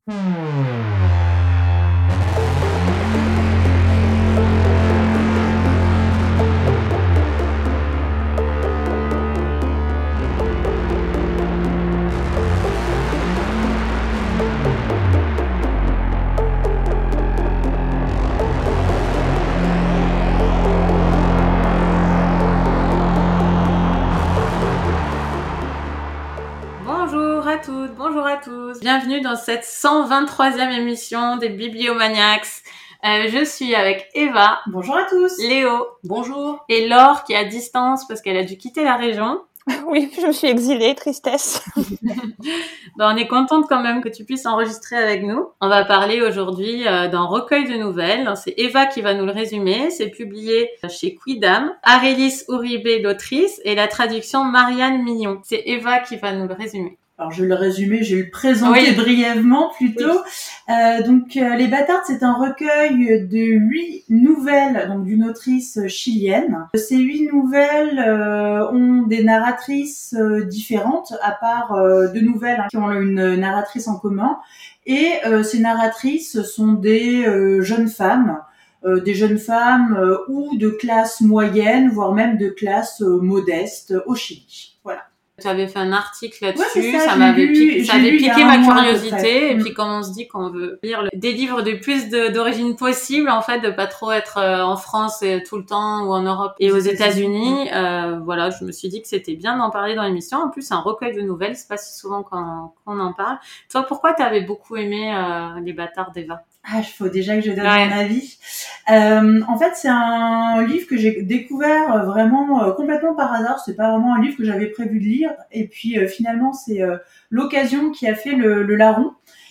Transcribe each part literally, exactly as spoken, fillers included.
Bonjour à toutes, bonjour à tous. Bienvenue dans cette cent vingt-troisième émission des Bibliomaniacs. Euh, je suis avec Eva. Bonjour à tous. Léo. Bonjour. Et Laure qui est à distance parce qu'elle a dû quitter la région. Oui, je me suis exilée, tristesse. Ben, on est contente quand même que tu puisses enregistrer avec nous. On va parler aujourd'hui euh, d'un recueil de nouvelles. C'est Eva qui va nous le résumer. C'est publié chez Quidam. Arélis Uribe, l'autrice, et la traduction Marianne Mignon. C'est Eva qui va nous le résumer. Alors je vais le résumer, je vais le présenter oui. brièvement plutôt. Oui. Euh, donc euh, Les Bâtardes, c'est un recueil de huit nouvelles, donc d'une autrice chilienne. Ces huit nouvelles euh, ont des narratrices euh, différentes, à part euh, deux nouvelles hein, qui ont une narratrice en commun. Et euh, ces narratrices sont des euh, jeunes femmes. Euh, des jeunes femmes euh, ou de classe moyenne, voire même de classe euh, modeste au Chili. Voilà. Tu avais fait un article là-dessus, ouais, ça, ça m'avait lu, piqué, ça avait piqué ma curiosité. Et mmh. puis, comme on se dit qu'on veut lire le, des livres de plus de, d'origine possible, en fait, de pas trop être euh, en France et, tout le temps ou en Europe et aux États-Unis, euh, voilà, je me suis dit que c'était bien d'en parler dans l'émission. En plus, c'est un recueil de nouvelles, c'est pas si souvent qu'on, qu'on en parle. Toi, pourquoi t'avais beaucoup aimé euh, Les Bâtardes d'Eva? Ah, il faut déjà que je donne ouais. mon avis. Euh, en fait, c'est un livre que j'ai découvert vraiment euh, complètement par hasard. C'est pas vraiment un livre que j'avais prévu de lire. Et puis euh, finalement, c'est euh, l'occasion qui a fait le, le larron.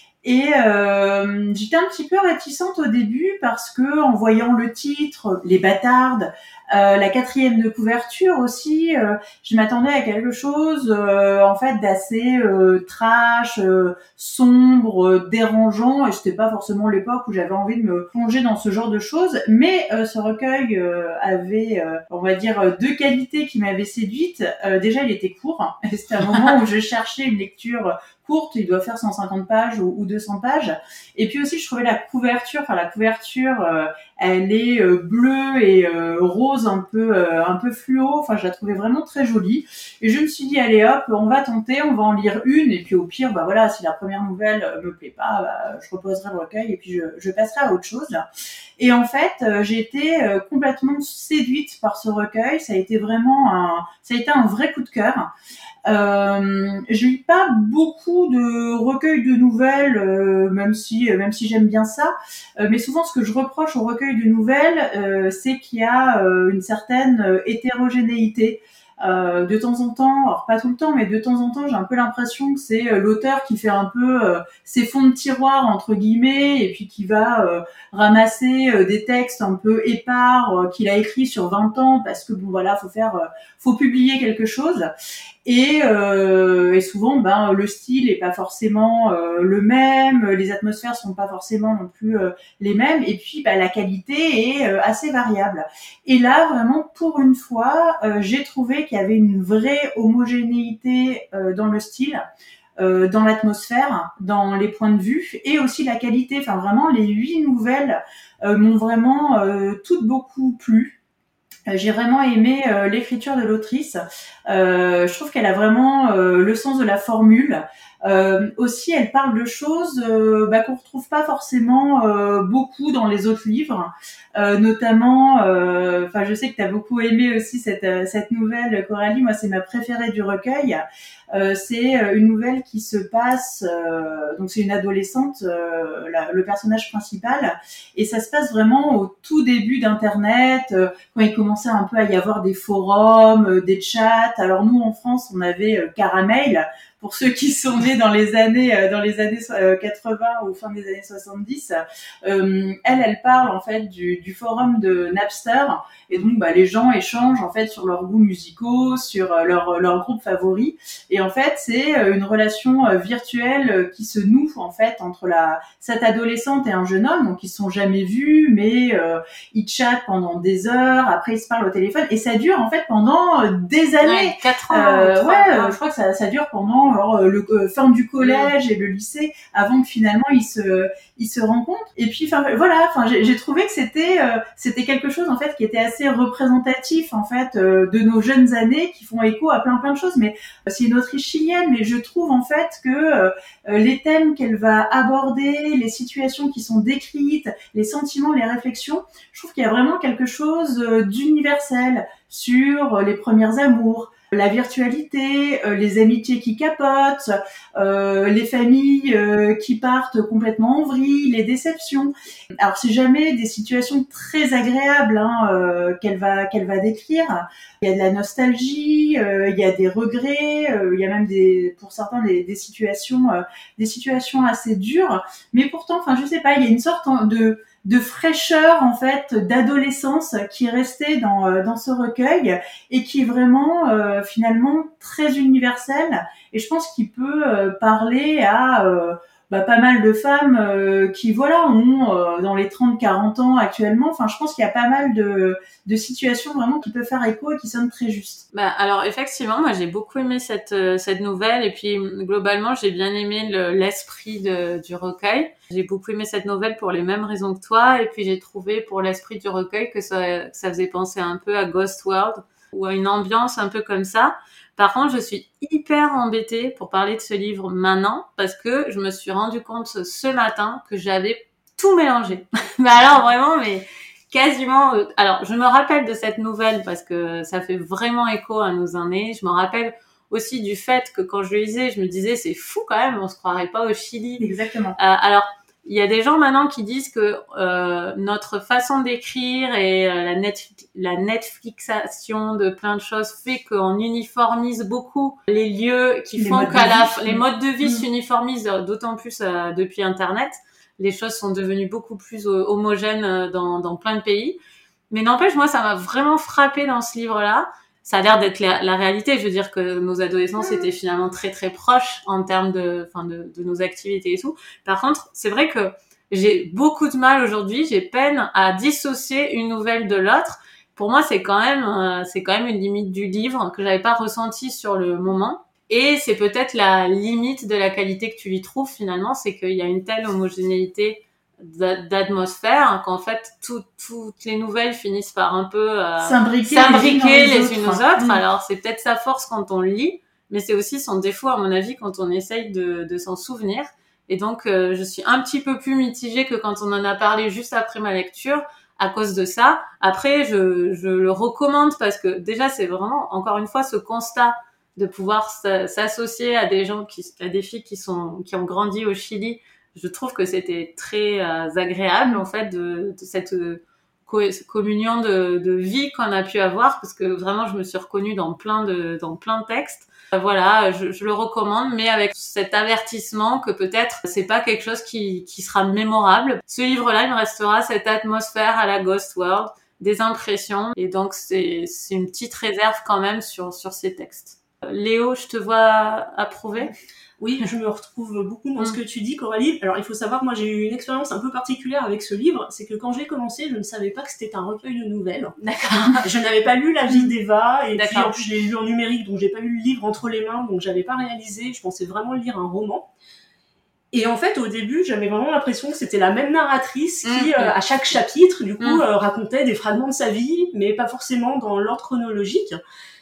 Et euh, j'étais un petit peu réticente au début parce que en voyant le titre, Les Bâtardes, euh, la quatrième de couverture aussi, euh, je m'attendais à quelque chose euh, en fait d'assez euh, trash, euh, sombre, euh, dérangeant. Et c'était pas forcément l'époque où j'avais envie de me plonger dans ce genre de choses. Mais euh, ce recueil euh, avait, euh, on va dire, deux qualités qui m'avaient séduite. Euh, déjà, il était court. C'était un moment où je cherchais une lecture courte, il doit faire cent cinquante pages ou, ou deux cents pages. Et puis aussi, je trouvais la couverture, enfin la couverture, euh, elle est euh, bleue et euh, rose, un peu, euh, un peu fluo. Enfin, je la trouvais vraiment très jolie. Et je me suis dit, allez hop, on va tenter, on va en lire une. Et puis au pire, bah voilà, si la première nouvelle me plaît pas, bah, je reposerai le recueil et puis je, je passerai à autre chose. Et en fait, euh, j'ai été euh, complètement séduite par ce recueil. Ça a été vraiment un, ça a été un vrai coup de cœur. Euh, je lis pas beaucoup de recueils de nouvelles, euh, même si même si j'aime bien ça. Euh, mais souvent, ce que je reproche au recueil de nouvelles, euh, c'est qu'il y a euh, une certaine euh, hétérogénéité. Euh, de temps en temps, alors pas tout le temps, mais de temps en temps, j'ai un peu l'impression que c'est euh, l'auteur qui fait un peu euh, ses fonds de tiroir entre guillemets, et puis qui va euh, ramasser euh, des textes un peu épars euh, qu'il a écrits sur vingt ans parce que bon voilà, faut faire, euh, faut publier quelque chose. Et, euh, et souvent, ben le style est pas forcément euh, le même, les atmosphères sont pas forcément non plus euh, les mêmes, et puis ben, la qualité est euh, assez variable. Et là, vraiment, pour une fois, euh, j'ai trouvé qu'il y avait une vraie homogénéité euh, dans le style, euh, dans l'atmosphère, dans les points de vue, et aussi la qualité. Enfin, vraiment, les huit nouvelles euh, m'ont vraiment euh, toutes beaucoup plu. J'ai vraiment aimé euh, l'écriture de l'autrice. Euh, je trouve qu'elle a vraiment euh, le sens de la formule. Euh, aussi, elle parle de choses euh, bah, qu'on retrouve pas forcément euh, beaucoup dans les autres livres, euh, notamment. Enfin, euh, je sais que tu as beaucoup aimé aussi cette cette nouvelle, Coralie. Moi, c'est ma préférée du recueil. Euh, c'est une nouvelle qui se passe. Euh, donc, c'est une adolescente, euh, la, le personnage principal, et ça se passe vraiment au tout début d'Internet, euh, quand il commençait un peu à y avoir des forums, euh, des chats. Alors nous, en France, on avait euh, Caramel. Pour ceux qui sont nés dans les années euh, dans les années euh, quatre-vingts ou fin des années soixante-dix, euh, elle elle parle en fait du, du forum de Napster, et donc bah les gens échangent en fait sur leurs goûts musicaux, sur euh, leur leur groupe favori, et en fait c'est euh, une relation euh, virtuelle euh, qui se noue en fait entre la cette adolescente et un jeune homme, donc ils se sont jamais vus, mais euh, ils chattent pendant des heures, après ils se parlent au téléphone, et ça dure en fait pendant euh, des années. Ouais, quatre ans. Euh, ouais, euh, je crois que ça ça dure pendant avant alors, le euh, fin du collège et le lycée, avant que finalement ils se ils se rencontrent. Et puis enfin voilà, enfin j'ai, j'ai trouvé que c'était euh, c'était quelque chose en fait qui était assez représentatif en fait euh, de nos jeunes années, qui font écho à plein plein de choses. Mais euh, c'est une autrice chilienne, mais je trouve en fait que euh, les thèmes qu'elle va aborder, les situations qui sont décrites, les sentiments, les réflexions, je trouve qu'il y a vraiment quelque chose d'universel sur les premiers amours, la virtualité, euh, les amitiés qui capotent, euh, les familles euh, qui partent complètement en vrille, les déceptions. Alors c'est jamais des situations très agréables hein, euh, qu'elle va qu'elle va décrire. Il y a de la nostalgie, euh, il y a des regrets, euh, il y a même des pour certains des, des situations euh, des situations assez dures. Mais pourtant, enfin je sais pas, il y a une sorte de de fraîcheur en fait, d'adolescence qui est restée dans euh, dans ce recueil et qui est vraiment euh, finalement très universel. Et je pense qu'il peut euh, parler à euh, bah, pas mal de femmes euh, qui voilà ont euh, dans les trente quarante ans actuellement. Enfin, je pense qu'il y a pas mal de de situations vraiment qui peuvent faire écho et qui sonnent très justes. Bah alors effectivement, moi j'ai beaucoup aimé cette euh, cette nouvelle et puis globalement j'ai bien aimé le, l'esprit de, du recueil. J'ai beaucoup aimé cette nouvelle pour les mêmes raisons que toi et puis j'ai trouvé pour l'esprit du recueil que ça que ça faisait penser un peu à Ghost World ou à une ambiance un peu comme ça. Par contre, je suis hyper embêtée pour parler de ce livre maintenant parce que je me suis rendu compte ce matin que j'avais tout mélangé. Mais alors vraiment, mais quasiment. Euh, alors, je me rappelle de cette nouvelle parce que ça fait vraiment écho à nos années. Je me rappelle aussi du fait que quand je lisais, je me disais c'est fou quand même, on se croirait pas au Chili. Exactement. Euh, alors. Il y a des gens maintenant qui disent que euh, notre façon d'écrire et euh, la, net, la Netflixation de plein de choses fait qu'on uniformise beaucoup les lieux qui les font qu'à la vie. les modes de vie mmh. s'uniformisent d'autant plus euh, depuis Internet. Les choses sont devenues beaucoup plus euh, homogènes dans, dans plein de pays. Mais n'empêche, moi, ça m'a vraiment frappé dans ce livre-là. Ça a l'air d'être la, la réalité. Je veux dire que nos adolescences étaient finalement très très proches en termes de, enfin de, de nos activités et tout. Par contre, c'est vrai que j'ai beaucoup de mal aujourd'hui. J'ai peine à dissocier une nouvelle de l'autre. Pour moi, c'est quand même, euh, c'est quand même une limite du livre que j'avais pas ressenti sur le moment. Et c'est peut-être la limite de la qualité que tu y trouves finalement, c'est qu'il y a une telle homogénéité d'atmosphère qu'en fait tout, toutes les nouvelles finissent par un peu euh, s'imbriquer, s'imbriquer les, les unes aux autres. Mmh. Alors c'est peut-être sa force quand on lit, mais c'est aussi son défaut à mon avis quand on essaye de, de s'en souvenir. Et donc euh, je suis un petit peu plus mitigée que quand on en a parlé juste après ma lecture à cause de ça. Après je, je le recommande parce que déjà c'est vraiment encore une fois ce constat de pouvoir s'associer à des gens qui, à des filles qui sont qui ont grandi au Chili. Je trouve que c'était très euh, agréable en fait de, de cette euh, co- communion de, de vie qu'on a pu avoir parce que vraiment je me suis reconnue dans plein de dans plein de textes. Euh, voilà, je, je le recommande, mais avec cet avertissement que peut-être c'est pas quelque chose qui qui sera mémorable. Ce livre-là, il me restera cette atmosphère à la Ghost World, des impressions, et donc c'est c'est une petite réserve quand même sur sur ces textes. Léo, je te vois approuver. Oui, je me retrouve beaucoup dans ce que tu dis, Coralie. Alors, il faut savoir, moi, j'ai eu une expérience un peu particulière avec ce livre. C'est que quand je l'ai commencé, je ne savais pas que c'était un recueil de nouvelles. D'accord. Je n'avais pas lu La vie d'Eva, et D'accord. puis en plus, je l'ai lu en numérique, donc j'ai pas eu le livre entre les mains, donc j'avais pas réalisé. Je pensais vraiment lire un roman. Et en fait, au début, j'avais vraiment l'impression que c'était la même narratrice qui, mmh. euh, à chaque chapitre, du coup, mmh. euh, racontait des fragments de sa vie, mais pas forcément dans l'ordre chronologique.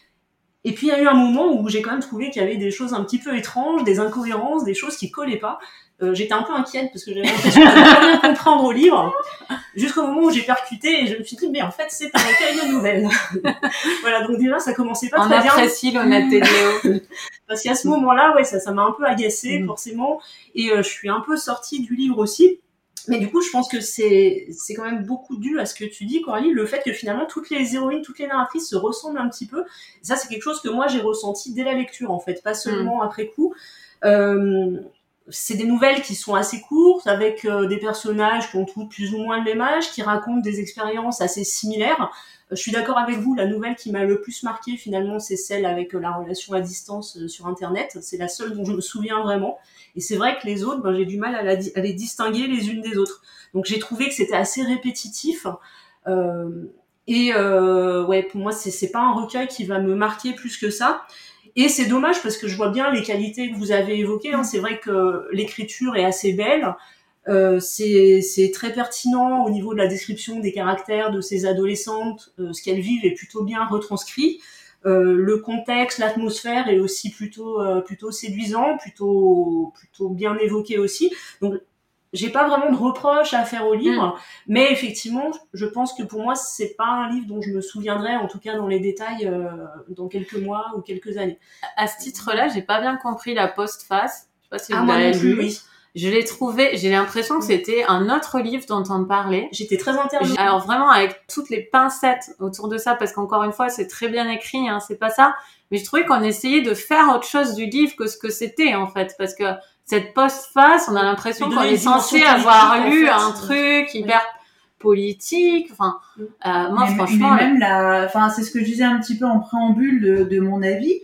Et puis il y a eu un moment où j'ai quand même trouvé qu'il y avait des choses un petit peu étranges, des incohérences, des choses qui collaient pas. Euh, j'étais un peu inquiète parce que j'avais l'impression de ne pas rien comprendre au livre, jusqu'au moment où j'ai percuté et je me suis dit mais en fait c'est un recueil de nouvelles. Voilà, donc déjà ça commençait pas On très bien. On apprécie l'honnêteté de Léo. Parce qu'à ce moment-là, ouais, ça, ça m'a un peu agacée mmh. forcément, et euh, je suis un peu sortie du livre aussi. Mais du coup, je pense que c'est c'est quand même beaucoup dû à ce que tu dis, Coralie, le fait que finalement toutes les héroïnes, toutes les narratrices se ressemblent un petit peu. Et ça, c'est quelque chose que moi j'ai ressenti dès la lecture, en fait, pas seulement mmh. après coup. Euh, c'est des nouvelles qui sont assez courtes, avec euh, des personnages qui ont tous plus ou moins le même âge, qui racontent des expériences assez similaires. Euh, je suis d'accord avec vous, la nouvelle qui m'a le plus marquée finalement, c'est celle avec euh, la relation à distance euh, sur Internet. C'est la seule dont je me souviens vraiment. Et c'est vrai que les autres, ben, j'ai du mal à, la, à les distinguer les unes des autres. Donc j'ai trouvé que c'était assez répétitif. Euh, et euh, ouais, pour moi, c'est, c'est pas un recueil qui va me marquer plus que ça. Et c'est dommage parce que je vois bien les qualités que vous avez évoquées. Hein. C'est vrai que l'écriture est assez belle. Euh, c'est, c'est très pertinent au niveau de la description des caractères de ces adolescentes. Euh, ce qu'elles vivent est plutôt bien retranscrit. Euh, le contexte, l'atmosphère est aussi plutôt euh, plutôt séduisant, plutôt plutôt bien évoqué aussi. Donc j'ai pas vraiment de reproches à faire au livre, mmh. mais effectivement, je pense que pour moi, c'est pas un livre dont je me souviendrai, en tout cas dans les détails, euh, dans quelques mois ou quelques années. À ce titre-là, j'ai pas bien compris la postface. Je sais pas si ah, vous moi l'avez non plus, lu. Oui. Je l'ai trouvé, j'ai l'impression que c'était un autre livre dont on parlait. J'étais très intéressée. Alors vraiment avec toutes les pincettes autour de ça, parce qu'encore une fois, c'est très bien écrit, hein, c'est pas ça. Mais je trouvais qu'on essayait de faire autre chose du livre que ce que c'était, en fait, parce que cette postface, on a l'impression qu'on est censé avoir lu en fait, un truc oui. hyper politique. Enfin, euh, moi, mais, franchement, mais même la, enfin, c'est ce que je disais un petit peu en préambule de, de mon avis.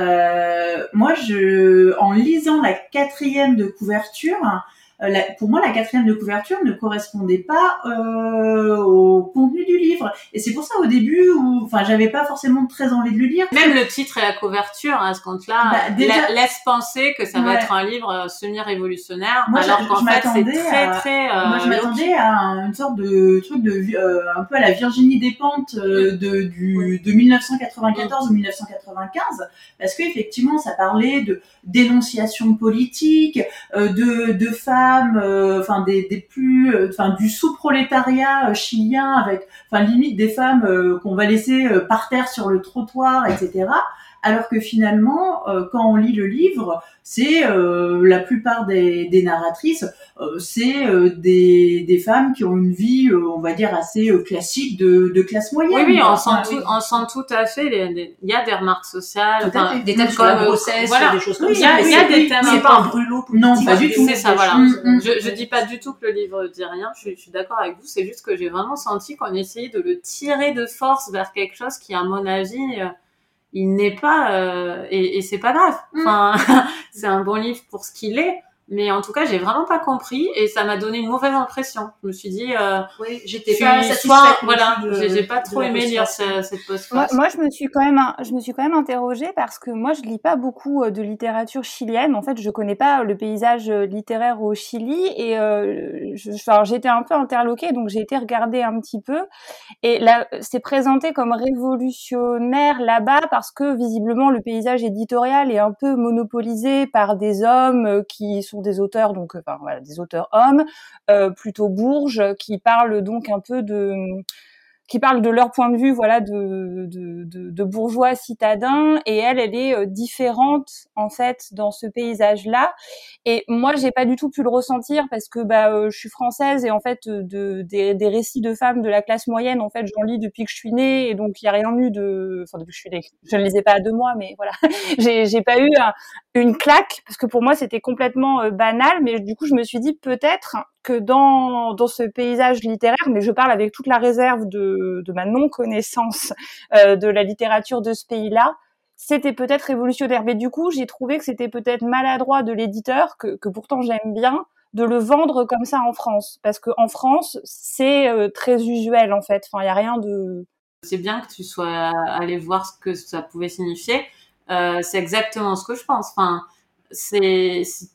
Euh, moi, je, en lisant la quatrième de couverture, euh, la, pour moi, la quatrième de couverture ne correspondait pas euh, au contenu du livre. Et c'est pour ça, au début, où, enfin, j'avais pas forcément très envie de le lire. Même le titre et la couverture, à ce compte-là, bah, déjà, la, laisse penser que ça va ouais. être un livre semi-révolutionnaire, moi, alors je, qu'en je fait, c'est très, à, très... Euh, moi, je m'attendais à une sorte de truc de, euh, un peu à la Virginie Despentes euh, de, du, oui. de mille neuf cent quatre-vingt-quatorze oui. ou mille neuf cent quatre-vingt-quinze, parce qu'effectivement, ça parlait de dénonciation politique, euh, de, de femmes, enfin euh, des, des plus, enfin euh, du sous-prolétariat euh, chilien, avec, enfin limite des femmes euh, qu'on va laisser euh, par terre sur le trottoir, et cetera. Alors que finalement, euh, quand on lit le livre, c'est euh, la plupart des, des narratrices, euh, c'est euh, des, des femmes qui ont une vie, euh, on va dire, assez euh, classique de, de classe moyenne. Oui, oui, on sent, ah, tout, oui. on sent tout à fait. Il y a des remarques sociales, enfin, des thèmes sur la grossesse, voilà. des choses comme oui, ça. Il y a, y a des thèmes. C'est pas un brûlot politique. Non, pas du tout. C'est ça, voilà. Mm-hmm. Je, je dis pas du tout que le livre dit rien. Je, je suis d'accord avec vous. C'est juste que j'ai vraiment senti qu'on essayait de le tirer de force vers quelque chose qui, à mon avis, euh, il n'est pas euh, et, et c'est pas grave. Enfin, mm. c'est un bon livre pour ce qu'il est, mais en tout cas, j'ai vraiment pas compris et ça m'a donné une mauvaise impression. Je me suis dit, euh, oui, j'étais pas satisfaite. Voilà, de, j'ai, j'ai pas trop aimé lire ce, cette postface. Moi, moi, je me suis quand même, je me suis quand même interrogée parce que moi, je lis pas beaucoup de littérature chilienne. En fait, je connais pas le paysage littéraire au Chili et euh, je, enfin, j'étais un peu interloquée, donc j'ai été regarder un petit peu. Et là, c'est présenté comme révolutionnaire là-bas parce que visiblement le paysage éditorial est un peu monopolisé par des hommes qui sont des auteurs, donc enfin voilà, des auteurs hommes, euh, plutôt bourges, qui parlent donc un peu de qui parlent de leur point de vue, voilà, de, de, de, de bourgeois citadins, et elle, elle est euh, différente en fait dans ce paysage-là. Et moi, j'ai pas du tout pu le ressentir parce que bah, euh, je suis française et en fait, de, des, des récits de femmes de la classe moyenne, en fait, j'en lis depuis que je suis née, et donc il y a rien eu de, enfin depuis que je suis née, je ne lisais pas à deux mois, mais voilà, j'ai, j'ai pas eu un, une claque parce que pour moi c'était complètement euh, banal, mais du coup je me suis dit peut-être que dans dans ce paysage littéraire, mais je parle avec toute la réserve de de ma non-connaissance euh, de la littérature de ce pays-là, c'était peut-être révolutionnaire. Mais du coup, j'ai trouvé que c'était peut-être maladroit de l'éditeur, que que pourtant j'aime bien, de le vendre comme ça en France, parce que en France, c'est euh, très usuel en fait. Enfin, il y a rien de. C'est bien que tu sois allé voir ce que ça pouvait signifier. Euh, c'est exactement ce que je pense. Enfin, c'est, c'est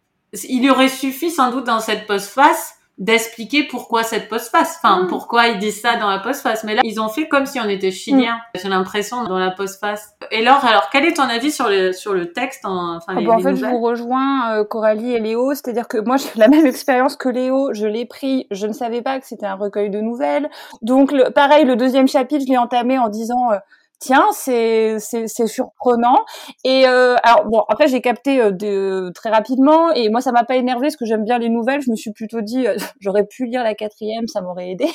il y aurait suffi sans doute dans cette postface d'expliquer pourquoi cette postface, enfin mmh. pourquoi ils disent ça dans la postface. Mais là, ils ont fait comme si on était chiliens. Mmh. J'ai l'impression dans la postface. Et Laure, alors quel est ton avis sur le sur le texte, en, enfin les, oh, bah, les en fait, nouvelles? Je vous rejoins, euh, Coralie et Léo, c'est-à-dire que moi j'ai la même expérience que Léo. Je l'ai pris, je ne savais pas que c'était un recueil de nouvelles. Donc le, pareil, le deuxième chapitre, je l'ai entamé en disant. Euh, Tiens, c'est c'est c'est surprenant. Et euh, alors bon, après j'ai capté euh, de, très rapidement et moi ça m'a pas énervé parce que j'aime bien les nouvelles. Je me suis plutôt dit euh, j'aurais pu lire la quatrième, ça m'aurait aidé.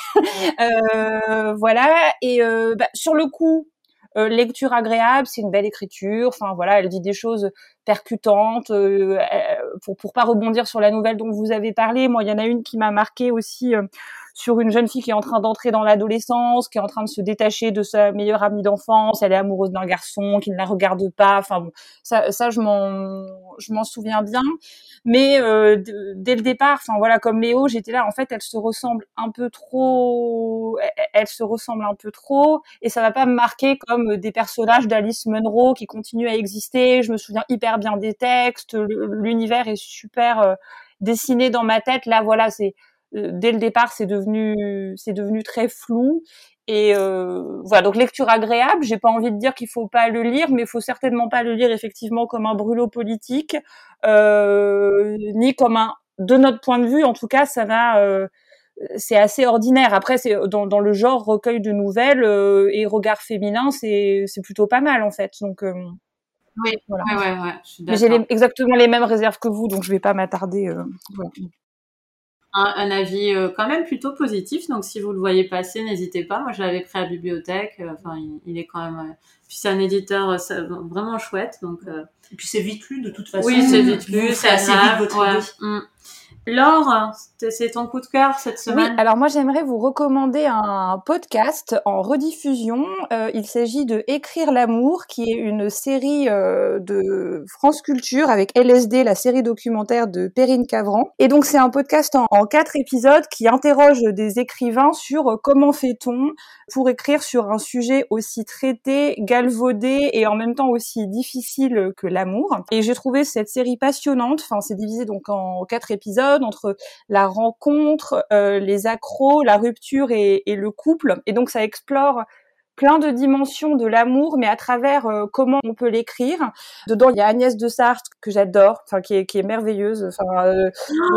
euh, voilà. Et euh, bah, sur le coup, euh, lecture agréable, c'est une belle écriture. Enfin voilà, elle dit des choses percutantes. Euh, pour pour pas rebondir sur la nouvelle dont vous avez parlé, moi il y en a une qui m'a marqué aussi. Euh, sur une jeune fille qui est en train d'entrer dans l'adolescence, qui est en train de se détacher de sa meilleure amie d'enfance, elle est amoureuse d'un garçon qui ne la regarde pas. Enfin bon, ça, ça je m'en, je m'en souviens bien. Mais euh, d- dès le départ, enfin voilà, comme Léo, j'étais là. En fait, elle se ressemble un peu trop. Elle, elle se ressemble un peu trop, et ça va pas me marquer comme des personnages d'Alice Munro qui continuent à exister. Je me souviens hyper bien des textes. L'univers est super euh, dessiné dans ma tête. Là, voilà, c'est euh, dès le départ, c'est devenu, c'est devenu très flou. Et euh, voilà, donc lecture agréable. J'ai pas envie de dire qu'il faut pas le lire, mais il faut certainement pas le lire effectivement comme un brûlot politique, euh, ni comme un. De notre point de vue, en tout cas, ça n'a. Euh, c'est assez ordinaire. Après, c'est dans, dans le genre recueil de nouvelles euh, et regard féminin, c'est c'est plutôt pas mal en fait. Donc euh, Oui, voilà. ouais, ouais, ouais, je suis Mais j'ai d'accord. les, exactement les mêmes réserves que vous, donc je vais pas m'attarder. Euh, voilà. Un, un avis euh, quand même plutôt positif, donc si vous le voyez passer, n'hésitez pas. Moi, je l'avais pris à la bibliothèque. euh, Enfin, il, il est quand même. euh, Puis c'est un éditeur euh, ça- vraiment chouette, donc. euh, Et puis c'est vite lu de toute façon. Oui, c'est vite Vous lu, faites c'est assez vite agréable. votre Ouais. idée. Mm. Laure, c'est c'est ton coup de cœur cette Oui, semaine? alors moi j'aimerais vous recommander un podcast en rediffusion. Euh, il s'agit de Écrire l'amour, qui est une série euh, de France Culture avec L S D, la série documentaire de Perrine Cavran. Et donc c'est un podcast en, en quatre épisodes qui interroge des écrivains sur euh, comment fait-on pour écrire sur un sujet aussi traité, galvaudé et en même temps aussi difficile que l'amour. Et j'ai trouvé cette série passionnante. Enfin, c'est divisé donc en quatre épisodes entre la rencontre, euh, les accros, la rupture et, et le couple. Et donc ça explore plein de dimensions de l'amour, mais à travers euh, comment on peut l'écrire. Dedans, il y a Agnès de Sarthe que j'adore, enfin qui est qui est merveilleuse. Enfin, euh,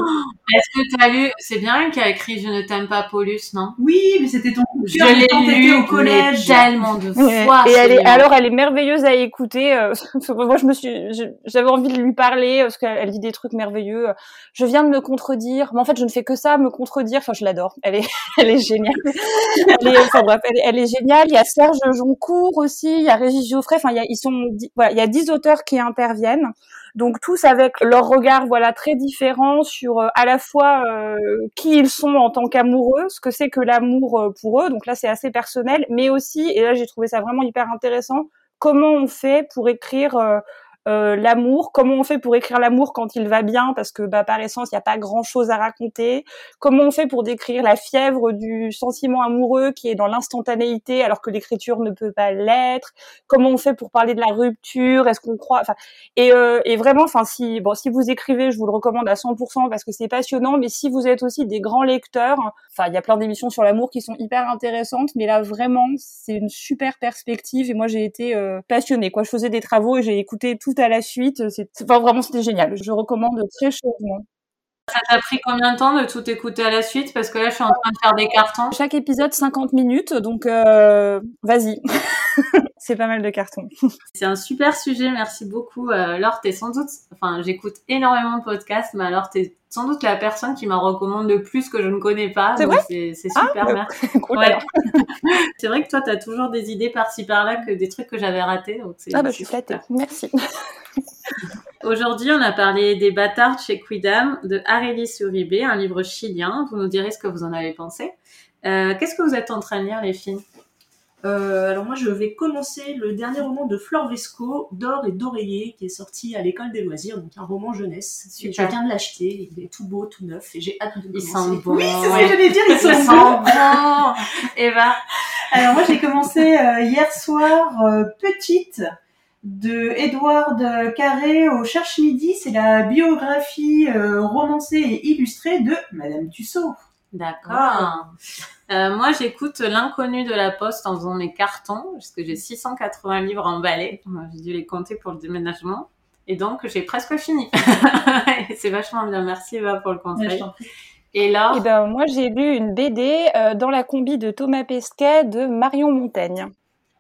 Est-ce que tu as lu, c'est bien elle qui a écrit Je ne t'aime pas, Paulus, non? Oui, mais c'était ton coup de Je cœur l'ai quand t'étais lu au collège. mais tellement de Ouais. fois. Et ce elle est, livre. alors elle est merveilleuse à écouter. euh, Moi, je me suis, je- j'avais envie de lui parler parce qu'elle elle dit des trucs merveilleux. Je viens de me contredire, mais en fait, je ne fais que ça, me contredire. Enfin, je l'adore. Elle est, elle est géniale. Elle est, enfin bref, elle est, elle est géniale. Il y a Serge Joncourt aussi, il y a Régis Geoffrey. Enfin, il y a, ils sont, dix- voilà, il y a dix auteurs qui interviennent. Donc tous avec leur regard, voilà, très différent sur euh, à la fois euh, qui ils sont en tant qu'amoureux, ce que c'est que l'amour euh, pour eux. Donc là, c'est assez personnel, mais aussi, et là, j'ai trouvé ça vraiment hyper intéressant, comment on fait pour écrire euh, euh, l'amour, comment on fait pour écrire l'amour quand il va bien, parce que bah, par essence, il n'y a pas grand-chose à raconter. Comment on fait pour décrire la fièvre du sentiment amoureux qui est dans l'instantanéité alors que l'écriture ne peut pas l'être. Comment on fait pour parler de la rupture, est-ce qu'on croit, enfin, et, euh, et vraiment, enfin, si, bon, si vous écrivez, je vous le recommande à cent pour cent parce que c'est passionnant, mais si vous êtes aussi des grands lecteurs, enfin, il y a plein d'émissions sur l'amour qui sont hyper intéressantes, mais là, vraiment, c'est une super perspective et moi, j'ai été euh, passionnée, quoi. Je faisais des travaux et j'ai écouté tout à la suite. C'est, enfin, vraiment, c'était génial. Je recommande très chaudement. Ça t'a pris combien de temps de tout écouter à la suite? Parce que là, je suis en train de faire des cartons. Chaque épisode, cinquante minutes, donc euh, vas-y. C'est pas mal de cartons. C'est un super sujet, merci beaucoup. Euh, Laure, t'es sans doute, enfin, j'écoute énormément de podcasts, mais alors t'es sans doute la personne qui m'en recommande le plus que je ne connais pas. C'est donc vrai c'est, c'est super, ah, merci. Cool, ouais. alors. C'est vrai que toi, t'as toujours des idées par-ci par-là, que des trucs que j'avais ratés. Donc c'est, ah bah c'est je suis flattée, super. merci. Aujourd'hui, on a parlé des Bâtards chez Quidam de Arélis Uribe, un livre chilien. Vous nous direz ce que vous en avez pensé. Euh, qu'est-ce que vous êtes en train de lire, les filles? Euh, alors moi, je vais commencer le dernier roman de Flore Vesco, D'or et d'oreiller, qui est sorti à l'école des loisirs, donc un roman jeunesse. Super. Je viens de l'acheter, il est tout beau, tout neuf, et j'ai hâte de le Il commencer. sent bon. Oui, c'est ce que j'allais dire, ils Il sont sent bons. bon. Eva? Alors moi j'ai commencé euh, hier soir euh, Petite de Édouard Carré au Cherche Midi. C'est la biographie euh, romancée et illustrée de Madame Tussaud. D'accord. Euh, moi, j'écoute L'inconnu de la Poste en faisant mes cartons, parce que j'ai six cent quatre-vingts livres emballés. J'ai dû les compter pour le déménagement. Et donc, j'ai presque fini. C'est vachement bien. Merci Eva pour le conseil. Ouais, je t'en prie. Et là, Eh ben, moi, j'ai lu une B D euh, dans la combi de Thomas Pesquet de Marion Montaigne.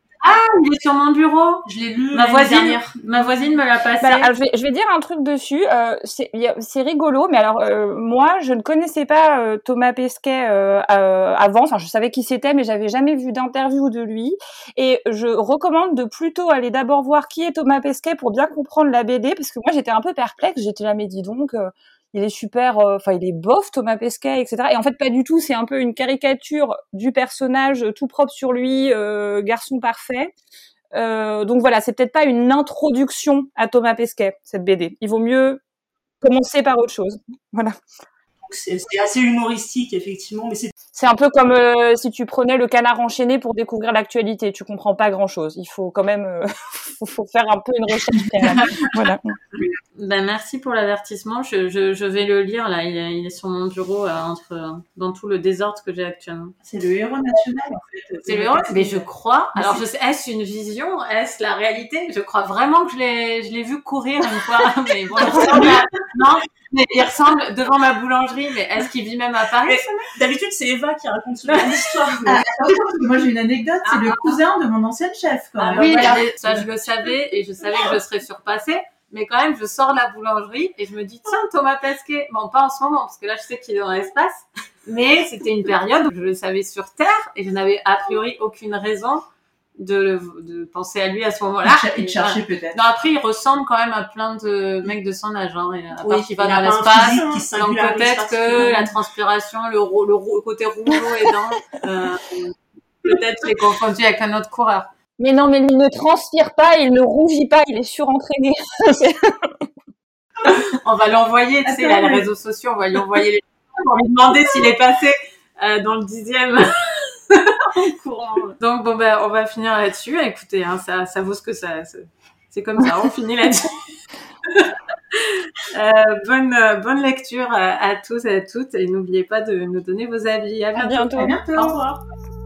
il est sur mon bureau. Je l'ai lu Ma l'année voisine, dernière. ma voisine me l'a passé. Bah, alors, alors, je, vais, je vais dire un truc dessus. Euh, c'est, y a, c'est rigolo, mais alors euh, moi, je ne connaissais pas euh, Thomas Pesquet euh, euh, avant. Enfin, je savais qui c'était, mais j'avais jamais vu d'interview de lui. Et je recommande de plutôt aller d'abord voir qui est Thomas Pesquet pour bien comprendre la B D, parce que moi, j'étais un peu perplexe. J'étais jamais dit donc. Euh, il est super, enfin euh, il est bof Thomas Pesquet, et cetera. Et en fait pas du tout, c'est un peu une caricature du personnage tout propre sur lui, euh, garçon parfait. Euh, donc voilà, c'est peut-être pas une introduction à Thomas Pesquet cette B D. Il vaut mieux commencer par autre chose. Voilà. C'est, c'est assez humoristique effectivement, mais c'est c'est un peu comme euh, si tu prenais le Canard enchaîné pour découvrir l'actualité. Tu comprends pas grand-chose. Il faut quand même, euh, faut, faut faire un peu une recherche. Voilà. Ben merci pour l'avertissement. Je, je, je vais le lire là. Il est, il est sur mon bureau euh, entre dans tout le désordre que j'ai actuellement. C'est le héros national en fait. C'est le héros. Mais je crois. Alors je sais, est-ce une vision, est-ce la réalité? Je crois vraiment que je l'ai, je l'ai vu courir une fois. Mais bon, il ressemble à... non. Mais il ressemble devant ma boulangerie, mais est-ce qu'il vit même à Paris? Mais, d'habitude, c'est Eva qui raconte ce genre d'histoire. Mais... Ah, moi, j'ai une anecdote, c'est ah, le cousin de mon ancienne chef, quand même. Ah, oui, voilà. Ça, je le savais, et je savais que je serais surpassée. Mais quand même, je sors de la boulangerie, et je me dis, tiens, Thomas Pesquet. Bon, pas en ce moment, parce que là, je sais qu'il est dans l'espace. Mais c'était une période où je le savais sur Terre, et je n'avais a priori aucune raison de, de penser à lui à ce moment-là. Il te cherchait peut-être. Non, après, il ressemble quand même à plein de mecs de son âge, hein, à oui, part qu'il va dans l'espace. Donc peut-être que la transpiration, le, le, le côté rouleau aidant, euh, peut-être qu'il est confondu avec un autre coureur. Mais non, mais il ne transpire pas, il ne rougit pas, il est surentraîné. On va l'envoyer, tu sais, il a les réseaux sociaux, on va lui envoyer les pour lui demander s'il est passé euh, dans le dixième. Courant. Donc bon ben on va finir là-dessus. Écoutez, hein, ça, ça vaut ce que ça. C'est, c'est comme ça, on finit là-dessus. euh, bonne bonne lecture à, à tous et à toutes et n'oubliez pas de nous donner vos avis. À bientôt. À bientôt. À bientôt. Au revoir.